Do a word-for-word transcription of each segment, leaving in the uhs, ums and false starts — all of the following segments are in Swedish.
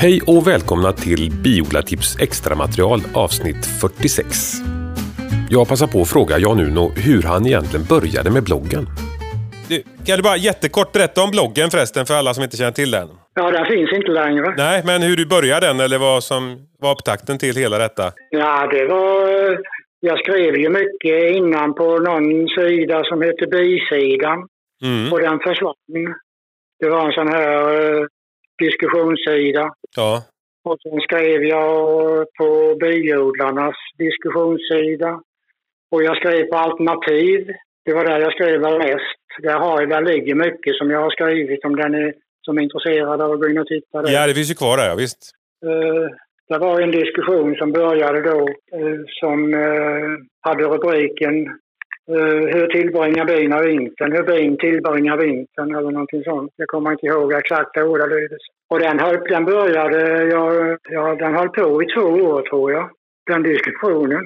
Hej och välkomna till Biodlartips extra material avsnitt fyrtiosex. Jag passar på att fråga Jan-Uno hur han egentligen började med bloggen. Du, kan du bara jättekort berätta om bloggen förresten för alla som inte känner till den? Ja, den finns inte längre. Nej, men hur du började den eller vad som var upptakten till hela detta? Ja, det var... Jag skrev ju mycket innan på någon sida som heter Bisidan. Mm. Och den försvann. Det var en sån här uh, diskussionssida. Ja. Och sen skrev jag på biodlarnas diskussionssida. Och jag skrev på alternativ. Det var där jag skrev mest. Där, har, där ligger mycket som jag har skrivit om den är, som är intresserad av att gå in och titta där. Ja, det finns ju kvar där, ja, visst. Uh, det var en diskussion som började då uh, som uh, hade rubriken uh, hur tillbringar bina vintern? Hur bin tillbringar vintern eller någonting sånt. Jag kommer inte ihåg exakta ordalydelse. Och den, den började, jag, ja, den höll på i två år tror jag. Den diskussionen.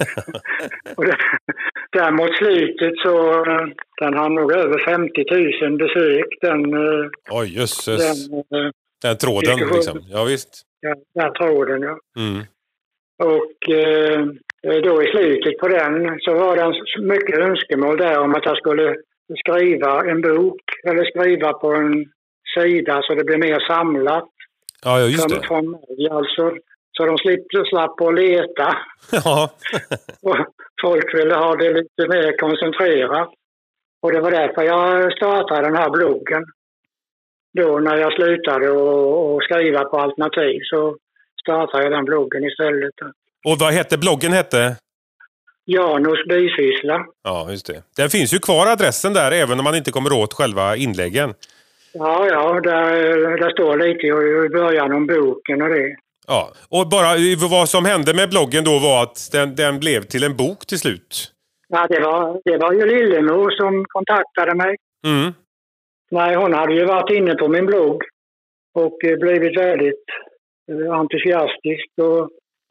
Och där, där mot slutet så den har nog över femtio tusen besök. Den, Oj, jösses. Den, den tråden liksom. Ja, visst. Ja, den tråden, ja. Mm. Och eh, då i slutet på den så var det mycket önskemål där om att jag skulle skriva en bok. Eller skriva på en sida så det blir mer samlat. Ja, ja just det. Från mig alltså. Så de slapp, slapp att leta. Ja. Och folk ville ha det lite mer koncentrerat. Och det var därför jag startade den här bloggen. Då när jag slutade att skriva på alternativ så startade jag den bloggen istället. Och vad hette bloggen hette? Janos bisyssla. Ja, just det. Den finns ju kvar adressen där även om man inte kommer åt själva inläggen. Ja, ja. Där, där står lite i början om boken och det. Ja, och bara vad som hände med bloggen då var att den, den blev till en bok till slut. Ja, det var, det var ju Lillemor som kontaktade mig. Mm. Nej, hon hade ju varit inne på min blogg och blivit väldigt entusiastisk. Och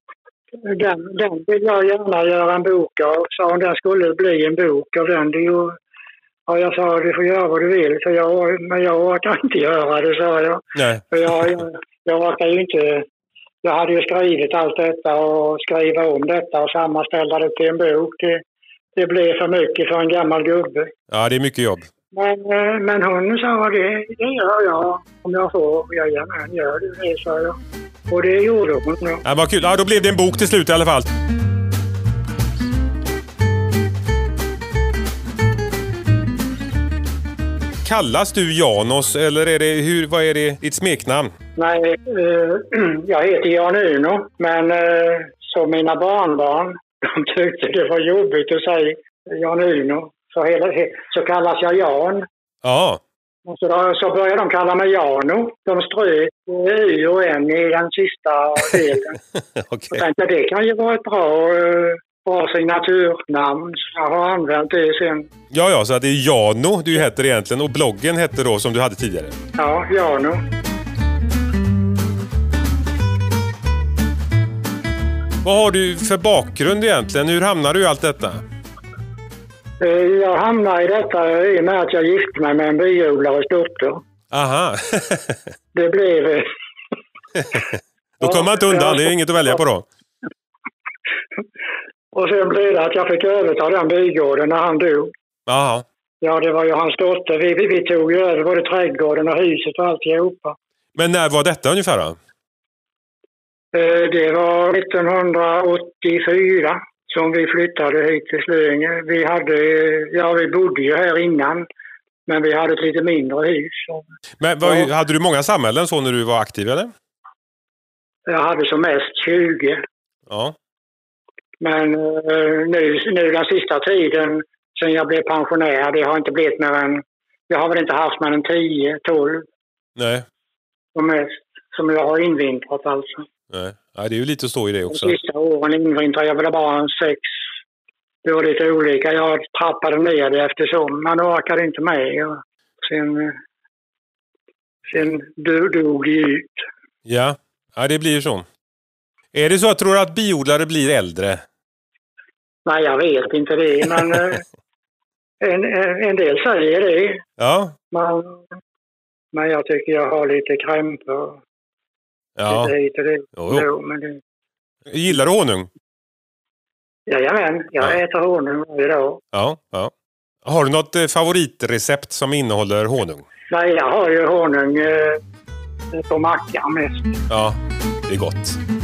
den, den vill jag gärna göra en bok av. Så hon den skulle bli en bok av den. Det ju, ja, jag sa du får göra vad du vill. Så jag, men jag orkar inte göra det, sa jag. Nej. För jag, jag, jag orkar ju inte... Jag hade ju skrivit allt detta och skriva om detta och sammanställa det till en bok. Det, det blev för mycket för en gammal gubbe. Ja, det är mycket jobb. Men, men hon sa det, det gör jag om jag får. Ja, jamen, gör du det, sa jag. Och det gjorde hon. Ja. Ja, vad kul. Ja, då blev det en bok till slut i alla fall. Kallas du Janos eller är det, hur, vad är det, ditt smeknamn? Nej, eh, jag heter Jan-Uno, men eh, som mina barnbarn, de tyckte det var jobbigt att säga Jan-Uno. Så, hela, så kallas jag Jan. Ja. Och så, då, så började de kalla mig Jano. De strök Y och N i den sista delen. Okay. Jag tänkte det kan ju vara ett bra, bra signaturnamn. Så jag har använt det sen. Ja, ja, så det är Jano du heter egentligen och bloggen hette då som du hade tidigare. Ja, Jano. Vad har du för bakgrund egentligen? Hur hamnar du i allt detta? Jag hamnade i detta i och med att jag gifte mig med en biodlares dotter. Aha. Det blev... Då kommer man inte undan, det är inget att välja på då. Och sen blev det att jag fick överta den bygården när han dog. Aha. Ja, det var ju hans dotter. Vi, vi, vi tog över både trädgården och huset och alltihopa. Men när var detta ungefär då? Det var nittonhundraåttiofyra som vi flyttade hit till Slöinge. Vi hade, ja vi bodde ju här innan, men vi hade ett lite mindre hus. Men vad, ja. Hade du många samhällen så när du var aktiv eller? Jag hade som mest tjugo. Ja. Men nu, nu den sista tiden, sen jag blev pensionär, det har inte blivit mer än, jag har väl inte haft mer än tio, tolv. Nej. Som mest, som jag har invintrat alltså. Nej. Ja, det är ju lite att stå i det också. De sista åren invintrar jag väl bara en sex. Det var lite olika. Jag trappade ner det eftersom. Man orkade inte med. Och sen sen dog det ut. Ja. Ja, det blir så. Är det så att tror du att biodlare blir äldre? Nej, jag vet inte det. Men en, en del säger det. Ja. Men, men jag tycker jag har lite krämpor. Ja. Lite hit och dit. Jo, jo. Jo, men det... Gillar du honung? Jajamän, jag Ja. äter honung varje dag. Ja, ja. Har du något eh, favoritrecept som innehåller honung? Nej, jag har ju honung eh, på mackan mest. Ja, det är gott.